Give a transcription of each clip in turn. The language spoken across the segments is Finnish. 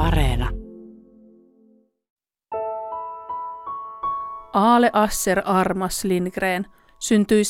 Areena. Aale Asser Armas Lindgren syntyi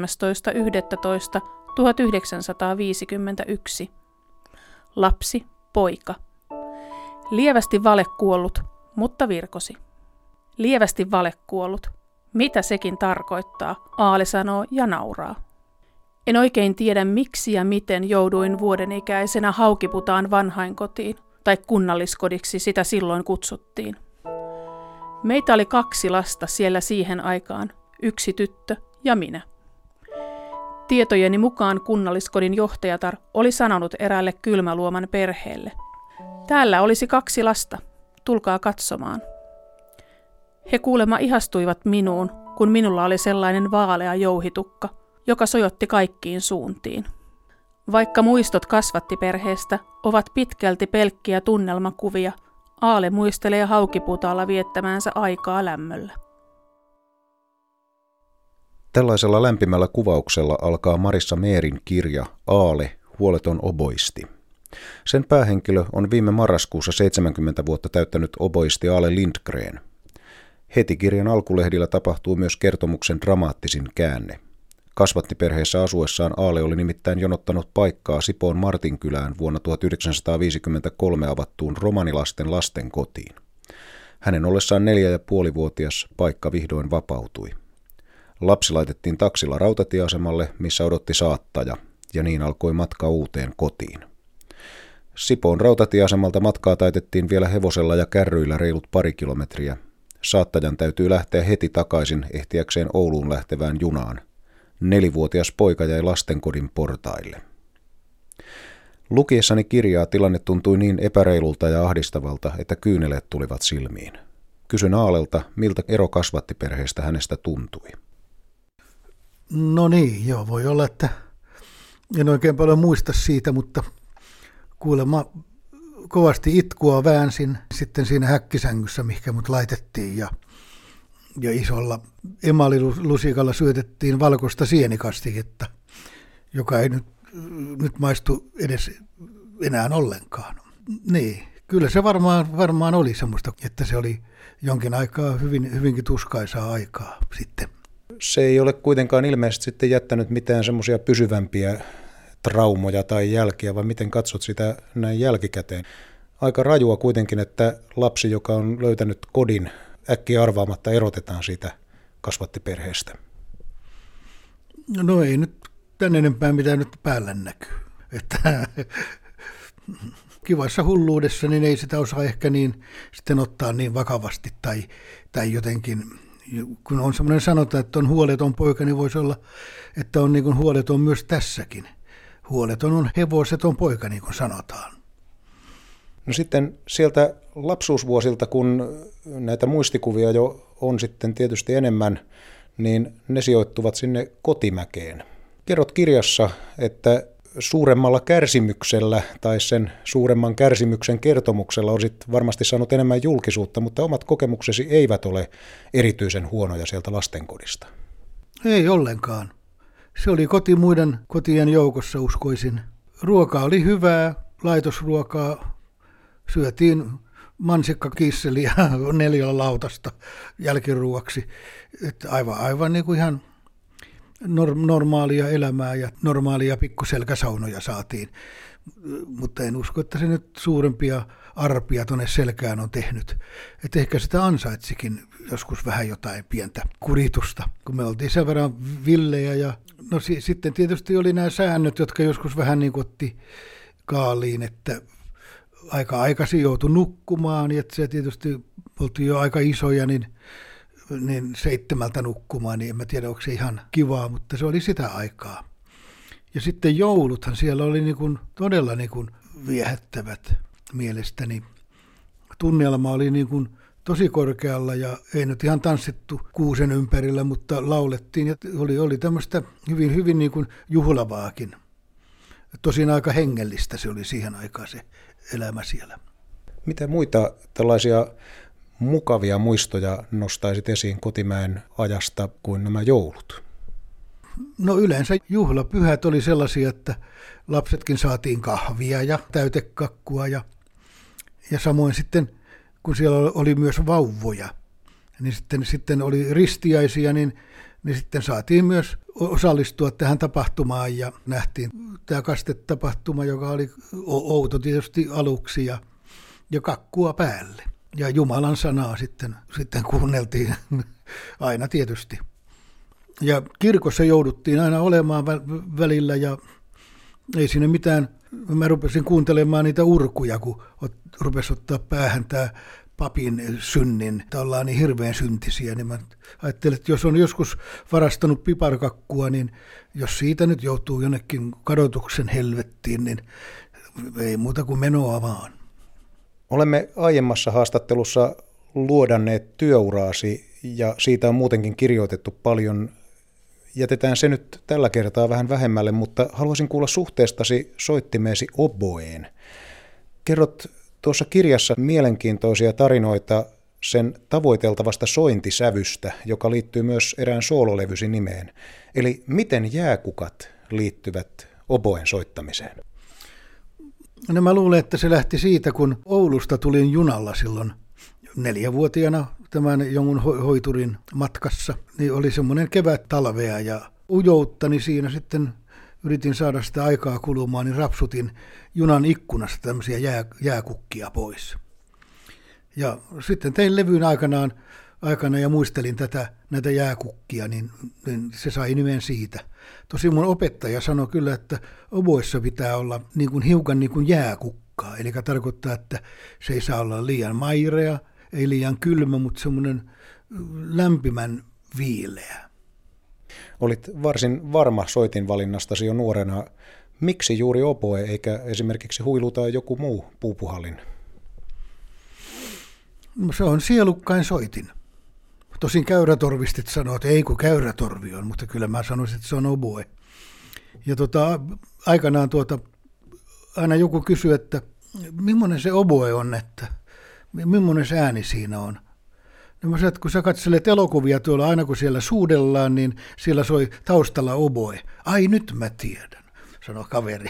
17.11.1951. Lapsi, poika. Lievästi valekuollut, mutta virkosi. Lievästi valekuollut. Mitä sekin tarkoittaa, Aale sanoo ja nauraa. En oikein tiedä miksi ja miten jouduin vuodenikäisenä Haukiputaan vanhainkotiin, tai kunnalliskodiksi sitä silloin kutsuttiin. Meitä oli 2 lasta siellä siihen aikaan, 1 tyttö ja minä. Tietojeni mukaan kunnalliskodin johtajatar oli sanonut eräälle kylmäluoman perheelle: "Täällä olisi 2 lasta, tulkaa katsomaan." He kuulemma ihastuivat minuun, kun minulla oli sellainen vaalea jouhitukka, joka sojotti kaikkiin suuntiin. Vaikka muistot kasvattiperheestä ovat pitkälti pelkkiä tunnelmakuvia, Aale muistelee Haukiputaalla viettämäänsä aikaa lämmöllä. Tällaisella lämpimällä kuvauksella alkaa Marissa Meerin kirja Aale, huoleton oboisti. Sen päähenkilö on viime marraskuussa 70 vuotta täyttänyt oboisti Aale Lindgren. Heti kirjan alkulehdillä tapahtuu myös kertomuksen dramaattisin käänne. Kasvattiperheessä asuessaan Aale oli nimittäin jonottanut paikkaa Sipoon Martinkylään vuonna 1953 avattuun romanilasten lastenkotiin. Hänen ollessaan 4,5-vuotias paikka vihdoin vapautui. Lapsi laitettiin taksilla rautatieasemalle, missä odotti saattaja, ja niin alkoi matka uuteen kotiin. Sipoon rautatieasemalta matkaa taitettiin vielä hevosella ja kärryillä reilut 2 kilometriä. Saattajan täytyy lähteä heti takaisin ehtiäkseen Ouluun lähtevään junaan. 4-vuotias poika jäi lastenkodin portaille. Lukiessani kirjaa tilanne tuntui niin epäreilulta ja ahdistavalta, että kyyneleet tulivat silmiin. Kysyn Aalelta, miltä ero kasvattiperheestä hänestä tuntui. No niin, joo, voi olla, että en oikein paljon muista siitä, mutta kuulemma kovasti itkua väänsin sitten siinä häkkisängyssä, mihinkä mut laitettiin, ja isolla emalilusikalla syötettiin valkoista sienikastiketta, joka ei nyt maistu edes enää ollenkaan. Niin, kyllä se varmaan oli semmoista, että se oli jonkin aikaa hyvinkin tuskaisaa aikaa sitten. Se ei ole kuitenkaan ilmeisesti sitten jättänyt mitään semmoisia pysyvämpiä traumoja tai jälkiä, vai miten katsot sitä näin jälkikäteen? Aika rajua kuitenkin, että lapsi, joka on löytänyt kodin, äkkiä arvaamatta erotetaan siitä kasvattiperheestä. No ei nyt tän enempää mitä nyt päällä näkyy. Että kivassa hulluudessa niin ei sitä osaa ehkä niin sitten ottaa niin vakavasti tai jotenkin, kun on semmoinen sanota, että on huoleton poika, niin voisi olla, että on niin kuin huoleton myös tässäkin. Huoleton on hevoseton poika, niin kuin sanotaan. No sitten sieltä lapsuusvuosilta, kun näitä muistikuvia jo on sitten tietysti enemmän, niin ne sijoittuvat sinne Kotimäkeen. Kerrot kirjassa, että suuremmalla kärsimyksellä tai sen suuremman kärsimyksen kertomuksella olisit varmasti saanut enemmän julkisuutta, mutta omat kokemuksesi eivät ole erityisen huonoja sieltä lastenkodista. Ei ollenkaan. Se oli koti muiden kotien joukossa, uskoisin. Ruoka oli hyvää, laitosruokaa. Syötiin mansikkakisseliä 4 lautasta jälkiruoksi. Että aivan niin kuin ihan normaalia elämää ja normaalia pikkuselkäsaunoja saatiin. Mutta en usko, että se nyt suurempia arpia tuonne selkään on tehnyt. Että ehkä sitä ansaitsikin joskus vähän jotain pientä kuritusta, kun me oltiin sen verran villejä. Ja no sitten tietysti oli nämä säännöt, jotka joskus vähän niin kuin otti kaaliin, että aika aikaisin joutui nukkumaan, ja se tietysti oltiin jo aika isoja, niin 7 nukkumaan, niin en mä tiedä, onko se ihan kivaa, mutta se oli sitä aikaa. Ja sitten jouluthan siellä oli niin kuin todella niin kuin viehättävät mielestäni. Tunnelma oli niin kuin tosi korkealla ja ei nyt ihan tanssittu kuusen ympärillä, mutta laulettiin ja oli tämmöistä hyvin niin kuin juhlavaakin. Tosin aika hengellistä se oli siihen aikaan se elämä siellä. Mitä muita tällaisia mukavia muistoja nostaisit esiin Kotimäen ajasta kuin nämä joulut? No yleensä juhlapyhät oli sellaisia, että lapsetkin saatiin kahvia ja täytekakkua ja Ja samoin sitten, kun siellä oli myös vauvoja, niin sitten oli ristiäisiä, niin sitten saatiin myös osallistua tähän tapahtumaan ja nähtiin tämä kastetapahtuma, joka oli outo tietysti aluksi ja kakkua päälle. Ja Jumalan sanaa sitten kuunneltiin aina tietysti. Ja kirkossa jouduttiin aina olemaan välillä ja ei siinä mitään. Mä rupesin kuuntelemaan niitä urkuja, kun rupesi ottaa päähän tämä papin synnin, että ollaan niin hirveän syntisiä, niin mä ajattelin, että jos on joskus varastanut piparkakkua, niin jos siitä nyt joutuu jonnekin kadotuksen helvettiin, niin ei muuta kuin menoa vaan. Olemme aiemmassa haastattelussa luodanneet työuraasi ja siitä on muutenkin kirjoitettu paljon. Jätetään se nyt tällä kertaa vähän vähemmälle, mutta haluaisin kuulla suhteestasi soittimeesi oboeen. Kerrot tuossa kirjassa mielenkiintoisia tarinoita sen tavoiteltavasta sointisävystä, joka liittyy myös erään soololevysi nimeen. Eli miten jääkukat liittyvät oboen soittamiseen? No mä luulen, että se lähti siitä, kun Oulusta tulin junalla silloin 4-vuotiaana tämän jonkun hoiturin matkassa. Niin oli semmoinen kevät-talvea ja ujouttani siinä sitten yritin saada sitä aikaa kulumaan, niin rapsutin junan ikkunasta tämmöisiä jääkukkia pois. Ja sitten tein levyyn aikana ja muistelin näitä jääkukkia, niin se sai nimen siitä. Tosin mun opettaja sanoi kyllä, että oboessa pitää olla hiukan niin kuin jääkukkaa. Eli tarkoittaa, että se ei saa olla liian mairea, ei liian kylmä, mutta semmoinen lämpimän viileä. Olit varsin varma soitinvalinnastasi jo nuorena. Miksi juuri oboe eikä esimerkiksi huilu tai joku muu puupuhallin? No, se on sielukkain soitin. Tosin käyrätorvistit sanoo, että ei kun käyrätorvi on, mutta kyllä mä sanoisin, että se on oboe. Ja aikanaan aina joku kysyy, että millainen se oboe on, että millainen se ääni siinä on. No mä sanoin, että kun sä katselet elokuvia tuolla, aina kun siellä suudellaan, niin siellä soi taustalla oboe. Ai nyt mä tiedän, sanoi kaveri.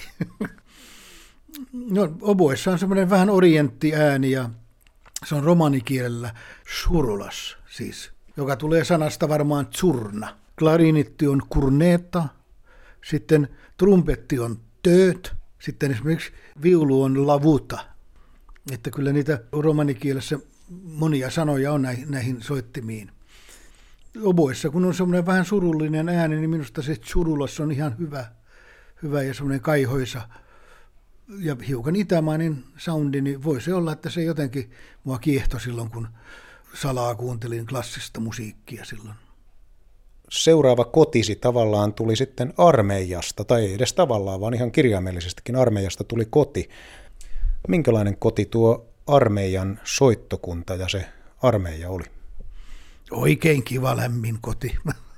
No, oboessa on semmoinen vähän orienttiääni ja se on romanikielellä surulas siis, joka tulee sanasta varmaan tsurna. Klarinetti on kurneta, sitten trumpetti on tööt, sitten esimerkiksi viulu on lavuta. Että kyllä niitä romanikielessä monia sanoja on näihin soittimiin. Oboessa, kun on semmoinen vähän surullinen ääni, niin minusta se surulas on ihan hyvä ja semmoinen kaihoisa ja hiukan itämainen soundi, niin voi se olla, että se jotenkin mua kiehtoi silloin, kun salaa kuuntelin klassista musiikkia silloin. Seuraava kotisi tavallaan tuli sitten armeijasta, tai ei edes tavallaan, vaan ihan kirjaimellisestikin armeijasta tuli koti. Minkälainen koti tuo armeijan soittokunta ja se armeija oli? Oikein kiva lämmin koti.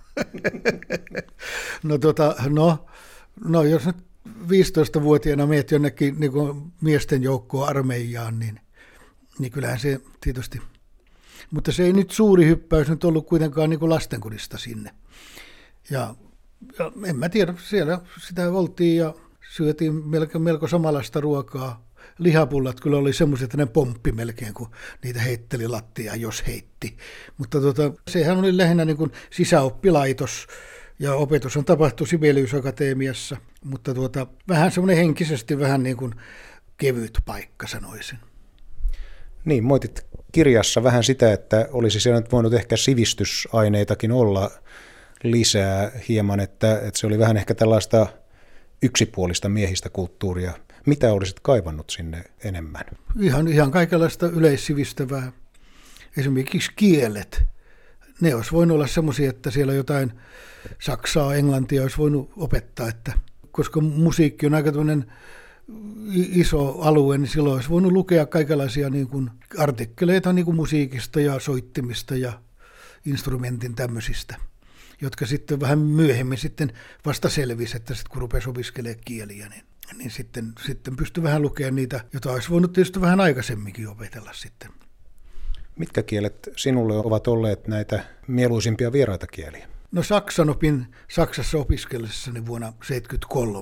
No jos nyt 15-vuotiaana meet jonnekin niin miesten joukkoon armeijaan, niin kyllähän se tietysti. Mutta se ei nyt suuri hyppäys nyt ollut kuitenkaan niin kuin lastenkodista sinne. Ja en mä tiedä, siellä sitä oltiin ja syötiin melko samanlaista ruokaa. Lihapullat kyllä oli semmoiset, että ne pomppi melkein, kun niitä heitteli lattiaan, jos heitti. Mutta sehän oli lähinnä niin kuin sisäoppilaitos ja opetus on tapahtunut Sibelius-akatemiassa. Mutta vähän semmoinen henkisesti vähän niin kuin kevyt paikka sanoisin. Niin, moitit kirjassa vähän sitä, että olisi siellä nyt voinut ehkä sivistysaineitakin olla lisää hieman, että se oli vähän ehkä tällaista yksipuolista miehistä kulttuuria. Mitä olisit kaivannut sinne enemmän? Ihan kaikenlaista yleissivistävää. Esimerkiksi kielet. Ne olisi voinut olla semmoisia, että siellä jotain saksaa, englantia olisi voinut opettaa, koska musiikki on aika tämmöinen iso alue, niin silloin olisi voinut lukea kaikenlaisia niin kuin artikkeleita niin kuin musiikista ja soittimista ja instrumentin tämmöisistä, jotka sitten vähän myöhemmin sitten vasta selvisi, että sitten kun rupesi opiskelemaan kieliä, niin sitten pystyi vähän lukemaan niitä, joita olisi voinut tietysti vähän aikaisemminkin opetella sitten. Mitkä kielet sinulle ovat olleet näitä mieluisimpia vieraita kieliä? No saksan opin Saksassa opiskellessani vuonna 1973.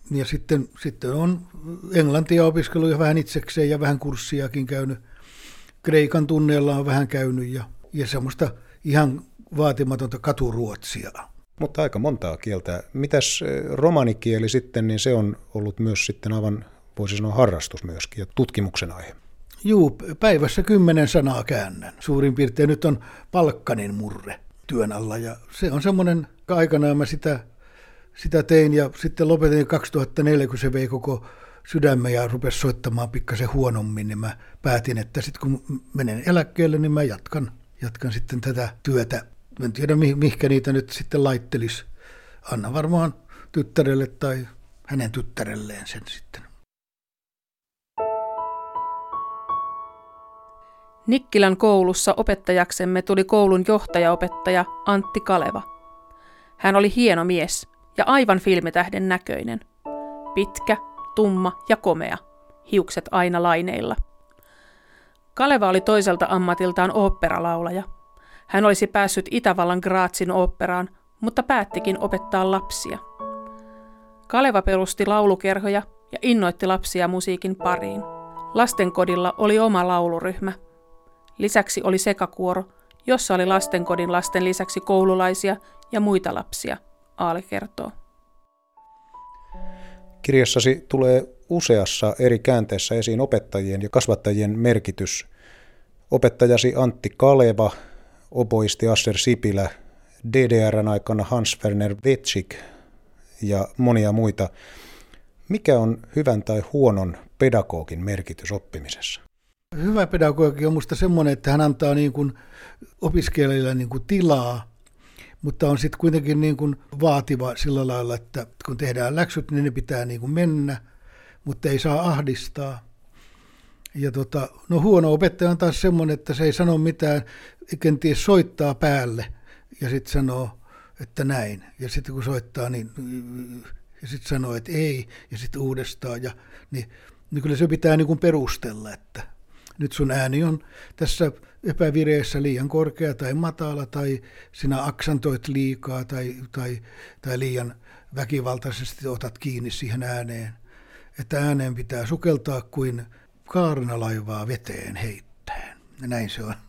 Ja sitten on englantia opiskellut jo vähän itsekseen ja vähän kurssiakin käynyt. Kreikan tunneilla on vähän käynyt ja semmoista ihan vaatimatonta katuruotsia. Mutta aika montaa kieltä. Mitäs romanikieli sitten, niin se on ollut myös sitten aivan, voisi sanoa, harrastus myöskin ja tutkimuksen aihe. Juu, päivässä 10 sanaa käännän. Suurin piirtein nyt on Palkkanin murre työn alla ja se on semmoinen, aikanaan mä sitä tein ja sitten lopetin 2004, kun se vei koko sydämen ja rupesi soittamaan pikkasen huonommin, niin mä päätin, että sitten kun menen eläkkeelle, niin mä jatkan sitten tätä työtä. En tiedä, mihinkä niitä nyt sitten laittelisi. Anna varmaan tyttärelle tai hänen tyttärelleen sen sitten. Nikkilän koulussa opettajaksemme tuli koulun johtajaopettaja Antti Kaleva. Hän oli hieno mies ja aivan filmitähden näköinen. Pitkä, tumma ja komea, hiukset aina laineilla. Kaleva oli toiselta ammatiltaan oopperalaulaja. Hän olisi päässyt Itävallan Grazin oopperaan, mutta päättikin opettaa lapsia. Kaleva perusti laulukerhoja ja innoitti lapsia musiikin pariin. Lastenkodilla oli oma lauluryhmä. Lisäksi oli sekakuoro, jossa oli lastenkodin lasten lisäksi koululaisia ja muita lapsia, Aale kertoo. Kirjassasi tulee useassa eri käänteessä esiin opettajien ja kasvattajien merkitys. Opettajasi Antti Kaleva, oboisti Asser Sipilä, DDR:n aikana Hans Werner Wetschig ja monia muita. Mikä on hyvän tai huonon pedagogin merkitys oppimisessa? Hyvä pedagogi on minusta semmoinen, että hän antaa niin kuin opiskelijoille niin kuin tilaa, mutta on sitten kuitenkin niin kuin vaativa sillä lailla, että kun tehdään läksyt, niin ne pitää niin kuin mennä, mutta ei saa ahdistaa. Ja huono opettaja on taas semmoinen, että se ei sano mitään, kenties soittaa päälle ja sitten sanoo, että näin. Ja sitten kun soittaa, niin ja sitten sanoo, että ei, ja sitten uudestaan. Niin kyllä se pitää niin kuin perustella, että nyt sun ääni on tässä epävireessä liian korkea tai matala, tai sinä aksantoit liikaa tai liian väkivaltaisesti otat kiinni siihen ääneen. Että ääneen pitää sukeltaa kuin kaarnalaivaa veteen heittäen. Ja näin se on.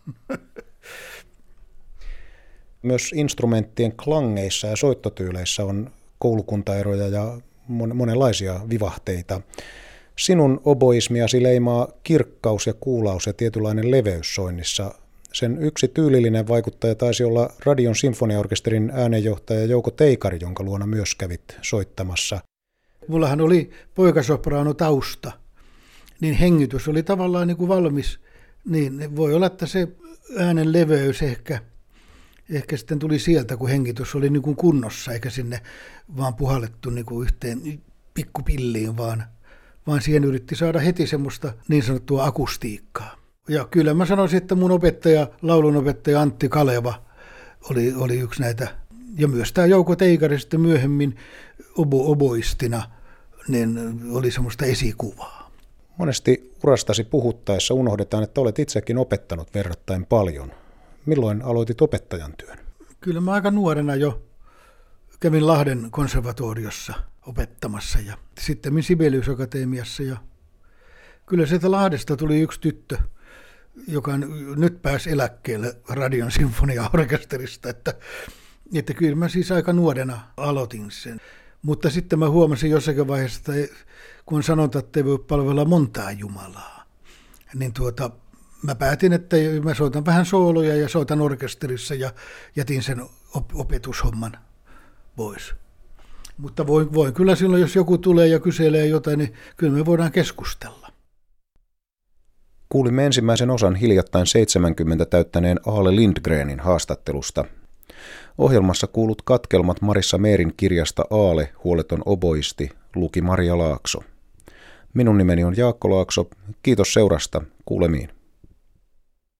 Myös instrumenttien klangeissa ja soittotyyleissä on koulukuntaeroja ja monenlaisia vivahteita. Sinun oboismiasi leimaa kirkkaus ja kuulaus ja tietynlainen leveys soinnissa. Sen yksi tyylillinen vaikuttaja taisi olla Radion sinfoniaorkesterin äänenjohtaja Jouko Teikari, jonka luona myös kävit soittamassa. Mullahan oli poikasopraano tausta, niin hengitys oli tavallaan niin kuin valmis. Niin voi olla, että se äänen leveys ehkä sitten tuli sieltä, kun hengitys oli niin kuin kunnossa, eikä sinne vaan puhallettu niin kuin yhteen pikkupilliin, vaan siihen yritti saada heti semmoista niin sanottua akustiikkaa. Ja kyllä mä sanoisin, että mun laulunopettaja Antti Kaleva oli yksi näitä. Ja myös tämä Jouko Teikari sitten myöhemmin oboistina, niin oli semmoista esikuvaa. Monesti urastasi puhuttaessa unohdetaan, että olet itsekin opettanut verrattain paljon. Milloin aloitit opettajan työn? Kyllä mä aika nuorena jo kävin Lahden konservatoriossa opettamassa ja sitten Sibelius Akatemiassa. Ja kyllä sieltä Lahdesta tuli yksi tyttö, joka nyt pääsi eläkkeelle Radion sinfoniaorkesterista, että kyllä mä siis aika nuorena aloitin sen. Mutta sitten mä huomasin jossakin vaiheessa, että kun sanonta, että ei voi palvella montaa Jumalaa, niin mä päätin, että mä soitan vähän sooloja ja soitan orkesterissa ja jätin sen opetushomman pois. Mutta voin kyllä silloin, jos joku tulee ja kyselee jotain, niin kyllä me voidaan keskustella. Kuulimme ensimmäisen osan hiljattain 70 täyttäneen Aale Lindgrenin haastattelusta. Ohjelmassa kuulut katkelmat Marissa Meerin kirjasta Aale, huoleton oboisti, luki Maria Laakso. Minun nimeni on Jaakko Laakso. Kiitos seurasta. Kuulemiin.